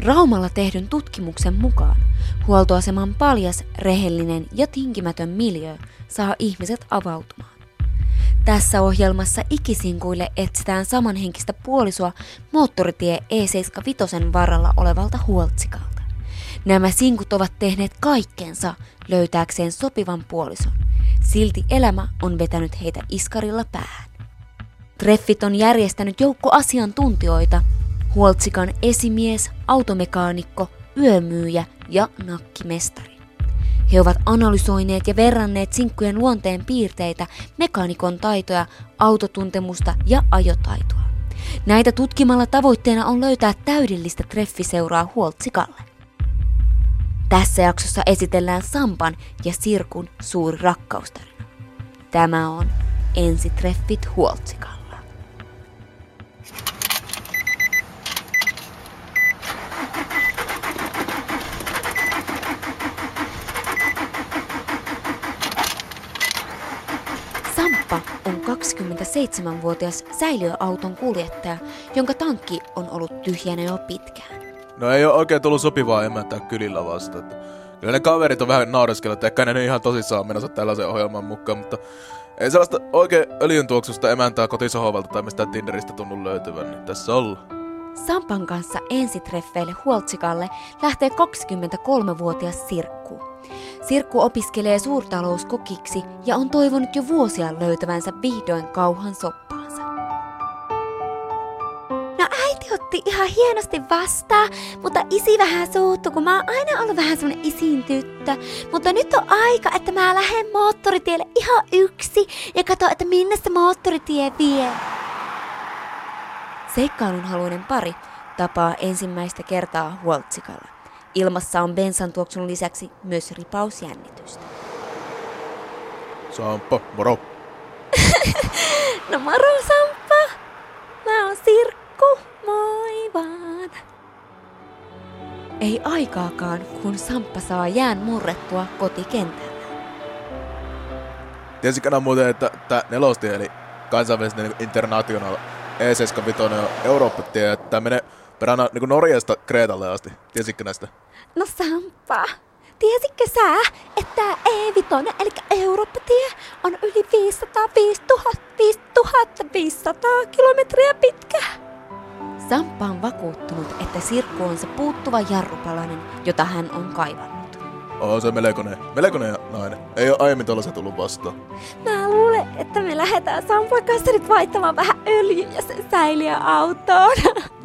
Raumalla tehdyn tutkimuksen mukaan huoltoaseman paljas, rehellinen ja tinkimätön miljöö saa ihmiset avautumaan. Tässä ohjelmassa ikisinkuille etsitään samanhenkistä puolisoa moottoritie E75 varrella olevalta Huoltsikalta. Nämä sinkut ovat tehneet kaikkensa löytääkseen sopivan puolison. Silti elämä on vetänyt heitä iskarilla päähän. Treffit on järjestänyt joukko asiantuntijoita: Huoltsikan esimies, automekaanikko, yömyyjä ja nakkimestari. He ovat analysoineet ja verranneet sinkkujen luonteen piirteitä, mekaanikon taitoja, autotuntemusta ja ajotaitoa. Näitä tutkimalla tavoitteena on löytää täydellistä treffiseuraa Huoltsikalle. Tässä jaksossa esitellään Sampan ja Sirkun suuri rakkaustarina. Tämä on Ensitreffit Huoltsikalla. Samppa on 27-vuotias säiliöauton kuljettaja, jonka tankki on ollut tyhjänä jo pitkään. No ei ole oikein tullut sopivaa emäntää kylillä vasta. Kyllä ne kaverit on vähän naureskellut, että ehkä ne ihan tosissaan menossa tällaisen ohjelman mukaan, mutta ei sellaista oikein öljyntuoksusta emäntää kotisohovalta tai mistään Tinderistä tunnu löytyvän, niin tässä ollaan. Sampan kanssa ensitreffeille Huoltsikalle lähtee 23-vuotias Sirkku. Sirkku opiskelee suurtalouskokiksi ja on toivonut jo vuosia löytävänsä vihdoin kauhan soppaansa. No äiti otti ihan hienosti vastaan, mutta isi vähän suuttui, kun mä oon aina ollut vähän semmonen isin tyttö. Mutta nyt on aika, että mä lähden moottoritielle ihan yksi ja katson, että minne se moottoritie vie. Seikkailunhaluinen pari tapaa ensimmäistä kertaa Huoltsikalla. Ilmassa on bensan tuoksun lisäksi myös ripausjännitystä. Samppa, moro. No moro Samppa, mä oon Sirkku, moi vaan. Ei aikaakaan, kun Samppa saa jään murrettua kotikentällä. Tiesitkö muuten, että tämä nelostie eli kansainvälinen International E75 on Eurooppa-tie, että tämä menee perään niin Norjasta Kreetalle asti. Tiesitkö näistä? No Samppa, tiesitkö sä, että E5 eli Eurooppa-tie on yli 5500 kilometriä pitkä? Samppa on vakuuttunut, että Sirkku on se puuttuva jarrupalanen, jota hän on kaivannut. On se melkoinen nainen. Ei ole aiemmin tuollaisen tullut vastaan. Mä luulen, että me lähdetään Sampan kanssa nyt vaihtamaan vähän öljyä ja sen säiliöautoon.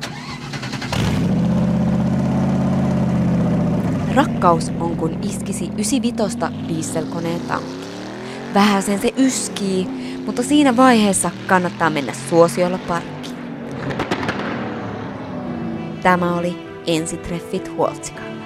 Rakkaus on kun iskisi 95 dieselkoneen tankki. Vähäsen se yskii, mutta siinä vaiheessa kannattaa mennä suosiolla parkkiin. Tämä oli Ensitreffit Huoltsikalla.